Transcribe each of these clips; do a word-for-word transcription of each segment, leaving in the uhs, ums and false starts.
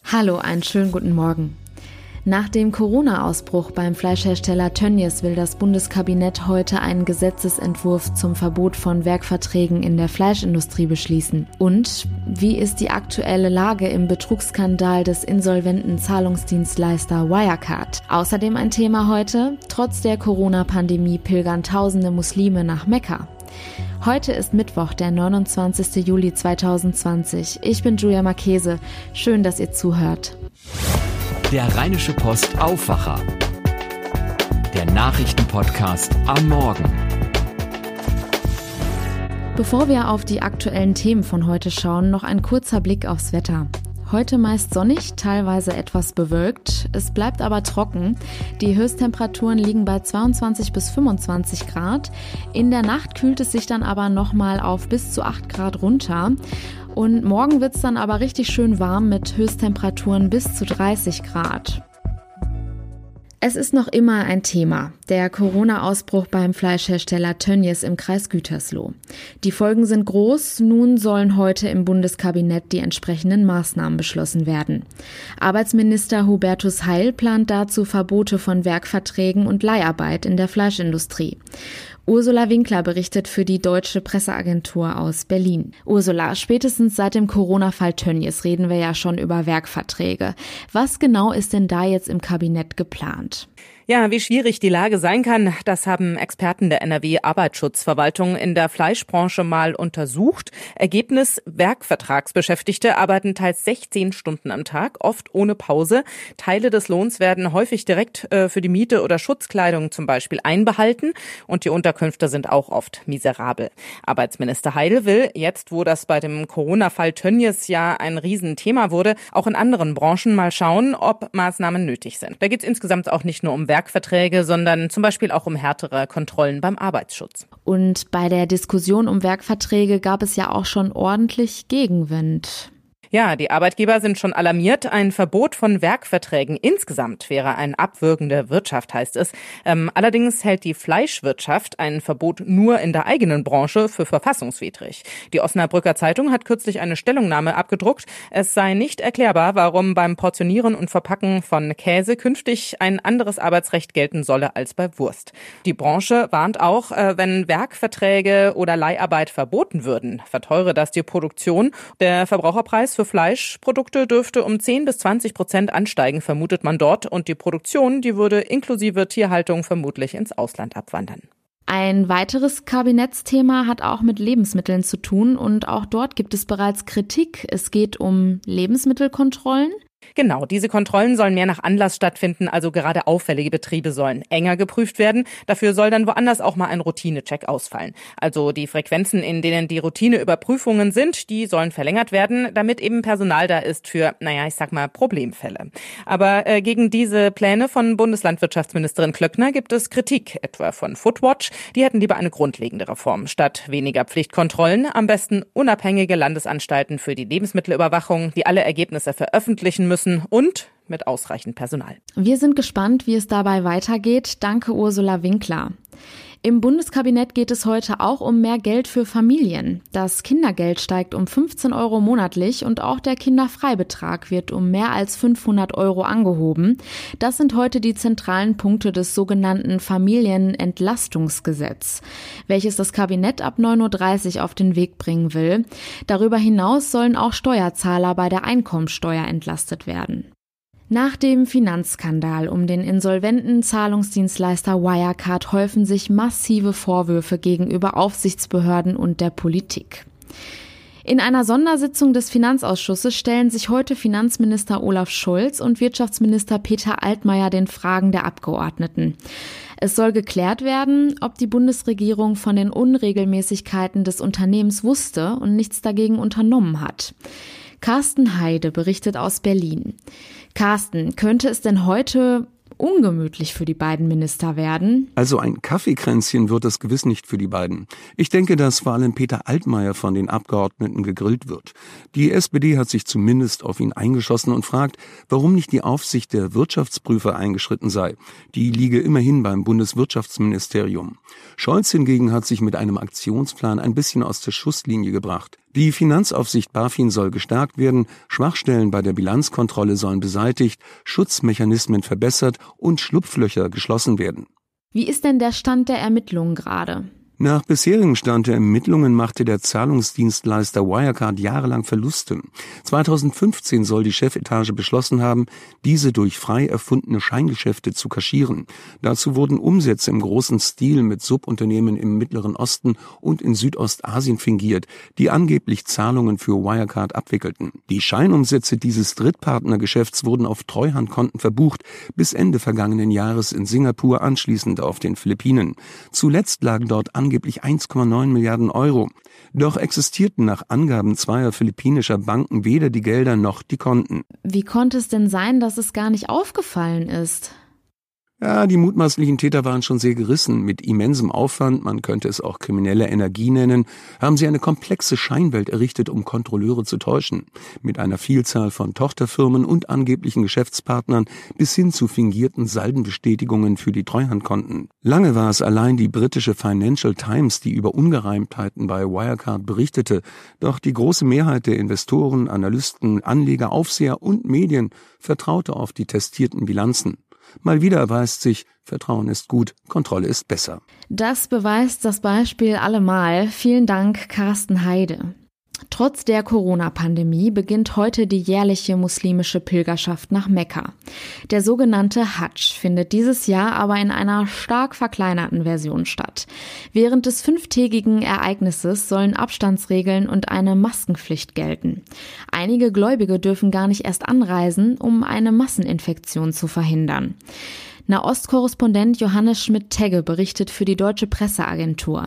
Hallo, einen schönen guten Morgen. Nach dem Corona-Ausbruch beim Fleischhersteller Tönnies will das Bundeskabinett heute einen Gesetzesentwurf zum Verbot von Werkverträgen in der Fleischindustrie beschließen. Und wie ist die aktuelle Lage im Betrugsskandal des insolventen Zahlungsdienstleister Wirecard? Außerdem ein Thema heute: Trotz der Corona-Pandemie pilgern tausende Muslime nach Mekka. Heute ist Mittwoch, der neunundzwanzigster Juli zweitausendzwanzig. Ich bin Julia Marchese. Schön, dass ihr zuhört. Der Rheinische Post Aufwacher. Der Nachrichtenpodcast am Morgen. Bevor wir auf die aktuellen Themen von heute schauen, noch ein kurzer Blick aufs Wetter. Heute meist sonnig, teilweise etwas bewölkt. Es bleibt aber trocken. Die Höchsttemperaturen liegen bei zweiundzwanzig bis fünfundzwanzig Grad. In der Nacht kühlt es sich dann aber nochmal auf bis zu acht Grad runter. Und morgen wird es dann aber richtig schön warm mit Höchsttemperaturen bis zu dreißig Grad. Es ist noch immer ein Thema, der Corona-Ausbruch beim Fleischhersteller Tönnies im Kreis Gütersloh. Die Folgen sind groß, nun sollen heute im Bundeskabinett die entsprechenden Maßnahmen beschlossen werden. Arbeitsminister Hubertus Heil plant dazu Verbote von Werkverträgen und Leiharbeit in der Fleischindustrie. Ursula Winkler berichtet für die Deutsche Presseagentur aus Berlin. Ursula, spätestens seit dem Corona-Fall Tönnies reden wir ja schon über Werkverträge. Was genau ist denn da jetzt im Kabinett geplant? Ja, wie schwierig die Lage sein kann, das haben Experten der N R W-Arbeitsschutzverwaltung in der Fleischbranche mal untersucht. Ergebnis: Werkvertragsbeschäftigte arbeiten teils sechzehn Stunden am Tag, oft ohne Pause. Teile des Lohns werden häufig direkt äh, für die Miete oder Schutzkleidung zum Beispiel einbehalten und die Unterkünfte sind auch oft miserabel. Arbeitsminister Heil will jetzt, wo das bei dem Corona-Fall Tönnies ja ein Riesenthema wurde, auch in anderen Branchen mal schauen, ob Maßnahmen nötig sind. Da geht es insgesamt auch nicht nur um Werk Werkverträge, sondern zum Beispiel auch um härtere Kontrollen beim Arbeitsschutz. Und bei der Diskussion um Werkverträge gab es ja auch schon ordentlich Gegenwind. Ja, die Arbeitgeber sind schon alarmiert. Ein Verbot von Werkverträgen insgesamt wäre ein Abwürgen der Wirtschaft, heißt es. Ähm, allerdings hält die Fleischwirtschaft ein Verbot nur in der eigenen Branche für verfassungswidrig. Die Osnabrücker Zeitung hat kürzlich eine Stellungnahme abgedruckt. Es sei nicht erklärbar, warum beim Portionieren und Verpacken von Käse künftig ein anderes Arbeitsrecht gelten solle als bei Wurst. Die Branche warnt auch, äh, wenn Werkverträge oder Leiharbeit verboten würden, verteure das die Produktion. Der Verbraucherpreis für Fleischprodukte dürfte um zehn bis zwanzig Prozent ansteigen, vermutet man dort. Und die Produktion, die würde inklusive Tierhaltung vermutlich ins Ausland abwandern. Ein weiteres Kabinettsthema hat auch mit Lebensmitteln zu tun und auch dort gibt es bereits Kritik. Es geht um Lebensmittelkontrollen. Genau, diese Kontrollen sollen mehr nach Anlass stattfinden, also gerade auffällige Betriebe sollen enger geprüft werden. Dafür soll dann woanders auch mal ein Routinecheck ausfallen. Also die Frequenzen, in denen die Routineüberprüfungen sind, die sollen verlängert werden, damit eben Personal da ist für, naja, ich sag mal, Problemfälle. Aber äh, gegen diese Pläne von Bundeslandwirtschaftsministerin Klöckner gibt es Kritik, etwa von Foodwatch. Die hätten lieber eine grundlegende Reform. Statt weniger Pflichtkontrollen am besten unabhängige Landesanstalten für die Lebensmittelüberwachung, die alle Ergebnisse veröffentlichen müssen und mit ausreichend Personal. Wir sind gespannt, wie es dabei weitergeht. Danke, Ursula Winkler. Im Bundeskabinett geht es heute auch um mehr Geld für Familien. Das Kindergeld steigt um fünfzehn Euro monatlich und auch der Kinderfreibetrag wird um mehr als fünfhundert Euro angehoben. Das sind heute die zentralen Punkte des sogenannten Familienentlastungsgesetz, welches das Kabinett ab neun Uhr dreißig auf den Weg bringen will. Darüber hinaus sollen auch Steuerzahler bei der Einkommensteuer entlastet werden. Nach dem Finanzskandal um den insolventen Zahlungsdienstleister Wirecard häufen sich massive Vorwürfe gegenüber Aufsichtsbehörden und der Politik. In einer Sondersitzung des Finanzausschusses stellen sich heute Finanzminister Olaf Scholz und Wirtschaftsminister Peter Altmaier den Fragen der Abgeordneten. Es soll geklärt werden, ob die Bundesregierung von den Unregelmäßigkeiten des Unternehmens wusste und nichts dagegen unternommen hat. Carsten Heide berichtet aus Berlin. Carsten, könnte es denn heute ungemütlich für die beiden Minister werden? Also ein Kaffeekränzchen wird es gewiss nicht für die beiden. Ich denke, dass vor allem Peter Altmaier von den Abgeordneten gegrillt wird. Die S P D hat sich zumindest auf ihn eingeschossen und fragt, warum nicht die Aufsicht der Wirtschaftsprüfer eingeschritten sei. Die liege immerhin beim Bundeswirtschaftsministerium. Scholz hingegen hat sich mit einem Aktionsplan ein bisschen aus der Schusslinie gebracht. Die Finanzaufsicht BaFin soll gestärkt werden, Schwachstellen bei der Bilanzkontrolle sollen beseitigt, Schutzmechanismen verbessert und Schlupflöcher geschlossen werden. Wie ist denn der Stand der Ermittlungen gerade? Nach bisherigem Stand der Ermittlungen machte der Zahlungsdienstleister Wirecard jahrelang Verluste. zweitausendfünfzehn soll die Chefetage beschlossen haben, diese durch frei erfundene Scheingeschäfte zu kaschieren. Dazu wurden Umsätze im großen Stil mit Subunternehmen im Mittleren Osten und in Südostasien fingiert, die angeblich Zahlungen für Wirecard abwickelten. Die Scheinumsätze dieses Drittpartnergeschäfts wurden auf Treuhandkonten verbucht, bis Ende vergangenen Jahres in Singapur, anschließend auf den Philippinen. Zuletzt lagen dort angeblich eins Komma neun Milliarden Euro. Doch existierten nach Angaben zweier philippinischer Banken weder die Gelder noch die Konten. Wie konnte es denn sein, dass es gar nicht aufgefallen ist? Ja, die mutmaßlichen Täter waren schon sehr gerissen. Mit immensem Aufwand, man könnte es auch kriminelle Energie nennen, haben sie eine komplexe Scheinwelt errichtet, um Kontrolleure zu täuschen. Mit einer Vielzahl von Tochterfirmen und angeblichen Geschäftspartnern bis hin zu fingierten Saldenbestätigungen für die Treuhandkonten. Lange war es allein die britische Financial Times, die über Ungereimtheiten bei Wirecard berichtete. Doch die große Mehrheit der Investoren, Analysten, Anleger, Aufseher und Medien vertraute auf die testierten Bilanzen. Mal wieder erweist sich, Vertrauen ist gut, Kontrolle ist besser. Das beweist das Beispiel allemal. Vielen Dank, Carsten Heide. Trotz der Corona-Pandemie beginnt heute die jährliche muslimische Pilgerschaft nach Mekka. Der sogenannte Hadsch findet dieses Jahr aber in einer stark verkleinerten Version statt. Während des fünftägigen Ereignisses sollen Abstandsregeln und eine Maskenpflicht gelten. Einige Gläubige dürfen gar nicht erst anreisen, um eine Masseninfektion zu verhindern. Nahostkorrespondent Johannes Schmidt-Tegge berichtet für die Deutsche Presseagentur.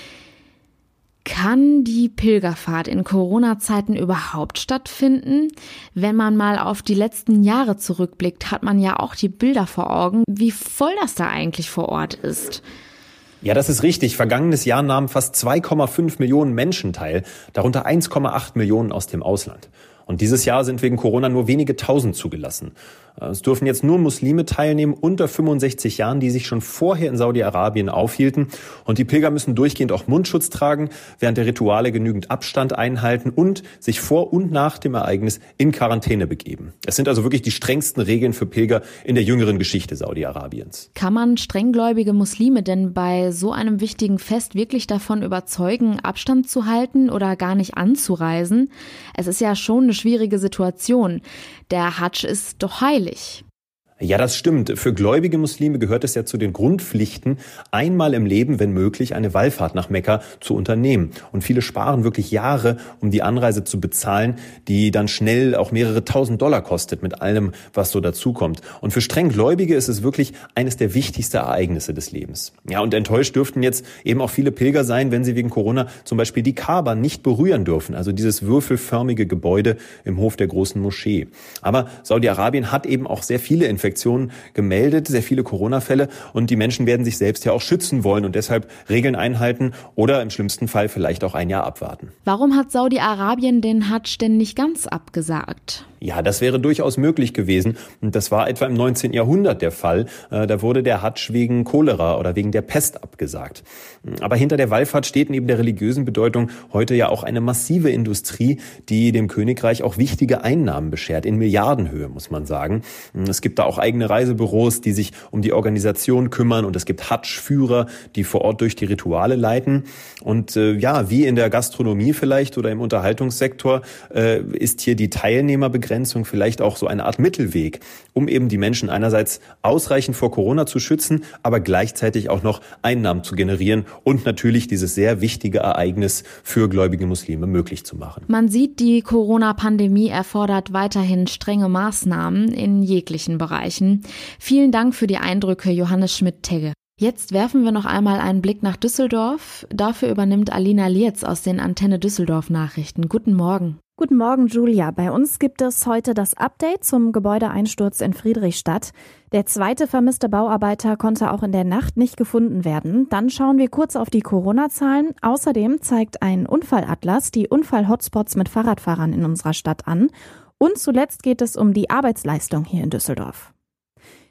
Kann die Pilgerfahrt in Corona-Zeiten überhaupt stattfinden? Wenn man mal auf die letzten Jahre zurückblickt, hat man ja auch die Bilder vor Augen, wie voll das da eigentlich vor Ort ist. Ja, das ist richtig. Vergangenes Jahr nahmen fast zwei Komma fünf Millionen Menschen teil, darunter eins Komma acht Millionen aus dem Ausland. Und dieses Jahr sind wegen Corona nur wenige Tausend zugelassen. Es dürfen jetzt nur Muslime teilnehmen unter fünfundsechzig Jahren, die sich schon vorher in Saudi-Arabien aufhielten. Und die Pilger müssen durchgehend auch Mundschutz tragen, während der Rituale genügend Abstand einhalten und sich vor und nach dem Ereignis in Quarantäne begeben. Es sind also wirklich die strengsten Regeln für Pilger in der jüngeren Geschichte Saudi-Arabiens. Kann man strenggläubige Muslime denn bei so einem wichtigen Fest wirklich davon überzeugen, Abstand zu halten oder gar nicht anzureisen? Es ist ja schon eine schwierige Situation. Der Hadsch ist doch heilig. Ja, das stimmt. Für gläubige Muslime gehört es ja zu den Grundpflichten, einmal im Leben, wenn möglich, eine Wallfahrt nach Mekka zu unternehmen. Und viele sparen wirklich Jahre, um die Anreise zu bezahlen, die dann schnell auch mehrere tausend Dollar kostet mit allem, was so dazukommt. Und für Strenggläubige ist es wirklich eines der wichtigsten Ereignisse des Lebens. Ja, und enttäuscht dürften jetzt eben auch viele Pilger sein, wenn sie wegen Corona zum Beispiel die Kaaba nicht berühren dürfen, also dieses würfelförmige Gebäude im Hof der großen Moschee. Aber Saudi-Arabien hat eben auch sehr viele Infektionen gemeldet, sehr viele Corona-Fälle, und die Menschen werden sich selbst ja auch schützen wollen und deshalb Regeln einhalten oder im schlimmsten Fall vielleicht auch ein Jahr abwarten. Warum hat Saudi-Arabien den Hadsch denn nicht ganz abgesagt? Ja, das wäre durchaus möglich gewesen. Und das war etwa im neunzehnten Jahrhundert der Fall. Da wurde der Hadsch wegen Cholera oder wegen der Pest abgesagt. Aber hinter der Wallfahrt steht neben der religiösen Bedeutung heute ja auch eine massive Industrie, die dem Königreich auch wichtige Einnahmen beschert, in Milliardenhöhe, muss man sagen. Es gibt da auch eigene Reisebüros, die sich um die Organisation kümmern, und es gibt Hadsch-Führer, die vor Ort durch die Rituale leiten. Und äh, ja, wie in der Gastronomie vielleicht oder im Unterhaltungssektor äh, ist hier die Teilnehmerbegrenzung vielleicht auch so eine Art Mittelweg, um eben die Menschen einerseits ausreichend vor Corona zu schützen, aber gleichzeitig auch noch Einnahmen zu generieren und natürlich dieses sehr wichtige Ereignis für gläubige Muslime möglich zu machen. Man sieht, die Corona-Pandemie erfordert weiterhin strenge Maßnahmen in jeglichen Bereichen. Vielen Dank für die Eindrücke, Johannes Schmidt-Tegge. Jetzt werfen wir noch einmal einen Blick nach Düsseldorf. Dafür übernimmt Alina Lietz aus den Antenne Düsseldorf Nachrichten. Guten Morgen. Guten Morgen, Julia. Bei uns gibt es heute das Update zum Gebäudeeinsturz in Friedrichstadt. Der zweite vermisste Bauarbeiter konnte auch in der Nacht nicht gefunden werden. Dann schauen wir kurz auf die Corona-Zahlen. Außerdem zeigt ein Unfallatlas die Unfall-Hotspots mit Fahrradfahrern in unserer Stadt an. Und zuletzt geht es um die Arbeitsleistung hier in Düsseldorf.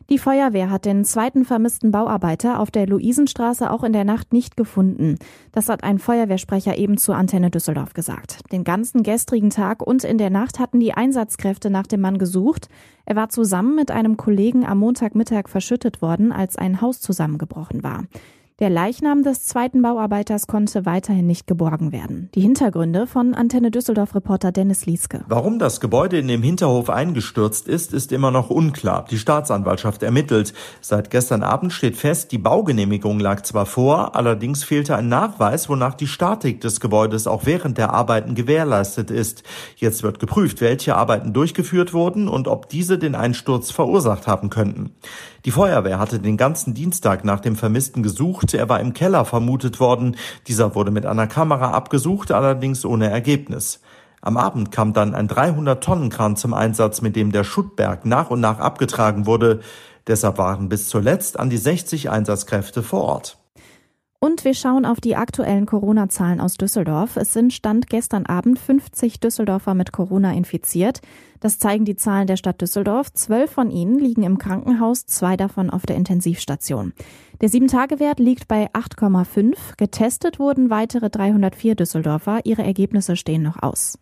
Die Feuerwehr hat den zweiten vermissten Bauarbeiter auf der Luisenstraße auch in der Nacht nicht gefunden. Das hat ein Feuerwehrsprecher eben zur Antenne Düsseldorf gesagt. Den ganzen gestrigen Tag und in der Nacht hatten die Einsatzkräfte nach dem Mann gesucht. Er war zusammen mit einem Kollegen am Montagmittag verschüttet worden, als ein Haus zusammengebrochen war. Der Leichnam des zweiten Bauarbeiters konnte weiterhin nicht geborgen werden. Die Hintergründe von Antenne Düsseldorf-Reporter Dennis Lieske. Warum das Gebäude in dem Hinterhof eingestürzt ist, ist immer noch unklar. Die Staatsanwaltschaft ermittelt. Seit gestern Abend steht fest, die Baugenehmigung lag zwar vor, allerdings fehlte ein Nachweis, wonach die Statik des Gebäudes auch während der Arbeiten gewährleistet ist. Jetzt wird geprüft, welche Arbeiten durchgeführt wurden und ob diese den Einsturz verursacht haben könnten. Die Feuerwehr hatte den ganzen Dienstag nach dem Vermissten gesucht. Er war im Keller vermutet worden. Dieser wurde mit einer Kamera abgesucht, allerdings ohne Ergebnis. Am Abend kam dann ein dreihundert-Tonnen-Kran zum Einsatz, mit dem der Schuttberg nach und nach abgetragen wurde. Deshalb waren bis zuletzt an die sechzig Einsatzkräfte vor Ort. Und wir schauen auf die aktuellen Corona-Zahlen aus Düsseldorf. Es sind Stand gestern Abend fünfzig Düsseldorfer mit Corona infiziert. Das zeigen die Zahlen der Stadt Düsseldorf. Zwölf von ihnen liegen im Krankenhaus, zwei davon auf der Intensivstation. Der sieben-Tage-Wert liegt bei acht Komma fünf. Getestet wurden weitere dreihundertvier Düsseldorfer. Ihre Ergebnisse stehen noch aus.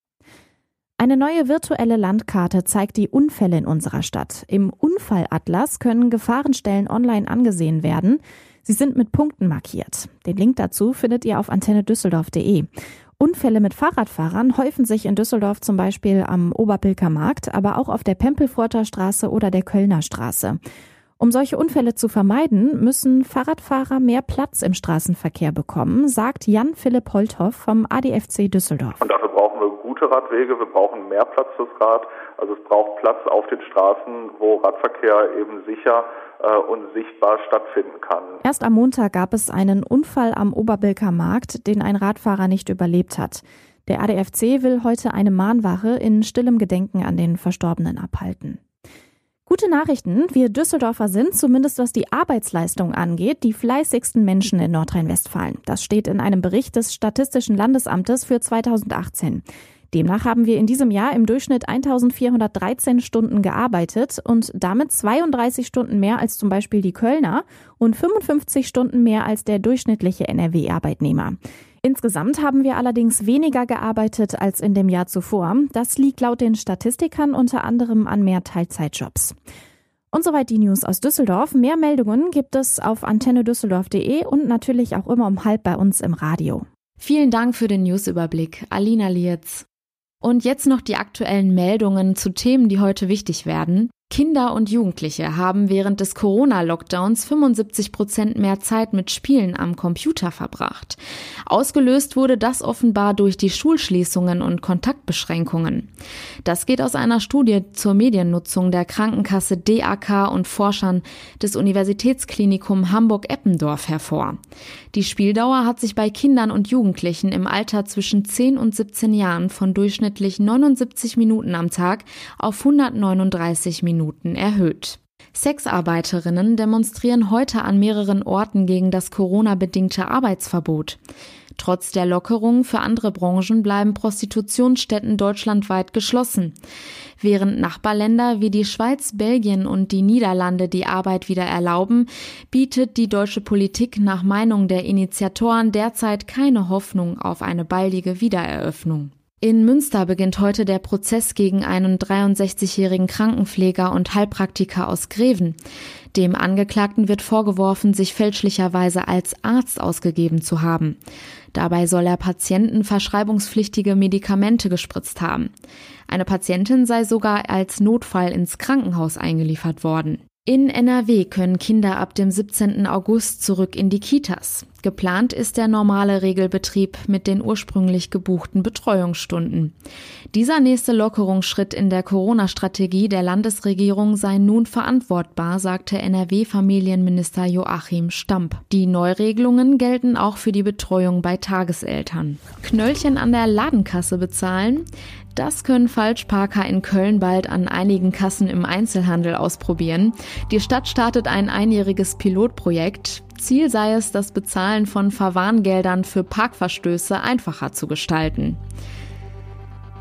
Eine neue virtuelle Landkarte zeigt die Unfälle in unserer Stadt. Im Unfallatlas können Gefahrenstellen online angesehen werden. Sie sind mit Punkten markiert. Den Link dazu findet ihr auf antenne düsseldorf punkt de. Unfälle mit Fahrradfahrern häufen sich in Düsseldorf zum Beispiel am Oberbilker Markt, aber auch auf der Pempelpforter Straße oder der Kölner Straße. Um solche Unfälle zu vermeiden, müssen Fahrradfahrer mehr Platz im Straßenverkehr bekommen, sagt Jan-Philipp Holthoff vom A D F C Düsseldorf. Und dafür brauchen wir gute Radwege, wir brauchen mehr Platz fürs Rad. Also es braucht Platz auf den Straßen, wo Radverkehr eben sicher äh, und sichtbar stattfinden kann. Erst am Montag gab es einen Unfall am Oberbilker Markt, den ein Radfahrer nicht überlebt hat. Der A D F C will heute eine Mahnwache in stillem Gedenken an den Verstorbenen abhalten. Gute Nachrichten, wir Düsseldorfer sind, zumindest was die Arbeitsleistung angeht, die fleißigsten Menschen in Nordrhein-Westfalen. Das steht in einem Bericht des Statistischen Landesamtes für zweitausendachtzehn. Demnach haben wir in diesem Jahr im Durchschnitt eintausendvierhundertdreizehn Stunden gearbeitet und damit zweiunddreißig Stunden mehr als zum Beispiel die Kölner und fünfundfünfzig Stunden mehr als der durchschnittliche N R W-Arbeitnehmer. Insgesamt haben wir allerdings weniger gearbeitet als in dem Jahr zuvor. Das liegt laut den Statistikern unter anderem an mehr Teilzeitjobs. Und soweit die News aus Düsseldorf. Mehr Meldungen gibt es auf antenne düsseldorf punkt de und natürlich auch immer um halb bei uns im Radio. Vielen Dank für den Newsüberblick, Alina Lietz. Und jetzt noch die aktuellen Meldungen zu Themen, die heute wichtig werden. Kinder und Jugendliche haben während des Corona-Lockdowns fünfundsiebzig Prozent mehr Zeit mit Spielen am Computer verbracht. Ausgelöst wurde das offenbar durch die Schulschließungen und Kontaktbeschränkungen. Das geht aus einer Studie zur Mediennutzung der Krankenkasse D A K und Forschern des Universitätsklinikum Hamburg-Eppendorf hervor. Die Spieldauer hat sich bei Kindern und Jugendlichen im Alter zwischen zehn und siebzehn Jahren von durchschnittlich neunundsiebzig Minuten am Tag auf hundertneununddreißig Minuten erhöht. Sexarbeiterinnen demonstrieren heute an mehreren Orten gegen das Corona-bedingte Arbeitsverbot. Trotz der Lockerung für andere Branchen bleiben Prostitutionsstätten deutschlandweit geschlossen. Während Nachbarländer wie die Schweiz, Belgien und die Niederlande die Arbeit wieder erlauben, bietet die deutsche Politik nach Meinung der Initiatoren derzeit keine Hoffnung auf eine baldige Wiedereröffnung. In Münster beginnt heute der Prozess gegen einen dreiundsechzigjährigen Krankenpfleger und Heilpraktiker aus Greven. Dem Angeklagten wird vorgeworfen, sich fälschlicherweise als Arzt ausgegeben zu haben. Dabei soll er Patienten verschreibungspflichtige Medikamente gespritzt haben. Eine Patientin sei sogar als Notfall ins Krankenhaus eingeliefert worden. In N R W können Kinder ab dem siebzehnten August zurück in die Kitas. Geplant ist der normale Regelbetrieb mit den ursprünglich gebuchten Betreuungsstunden. Dieser nächste Lockerungsschritt in der Corona-Strategie der Landesregierung sei nun verantwortbar, sagte N R W-Familienminister Joachim Stamp. Die Neuregelungen gelten auch für die Betreuung bei Tageseltern. Knöllchen an der Ladenkasse bezahlen? Das können Falschparker in Köln bald an einigen Kassen im Einzelhandel ausprobieren. Die Stadt startet ein einjähriges Pilotprojekt. Ziel sei es, das Bezahlen von Verwarngeldern für Parkverstöße einfacher zu gestalten.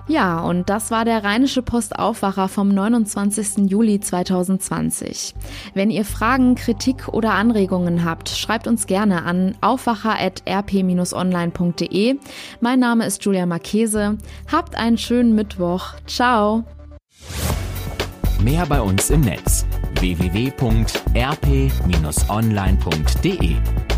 Ja, und das war der Rheinische Post Aufwacher vom neunundzwanzigsten Juli zweitausendzwanzig. Wenn ihr Fragen, Kritik oder Anregungen habt, schreibt uns gerne an aufwacher at r p dash online punkt d e. Mein Name ist Julia Marchese. Habt einen schönen Mittwoch. Ciao. Mehr bei uns im Netz w w w punkt r p dash online punkt d e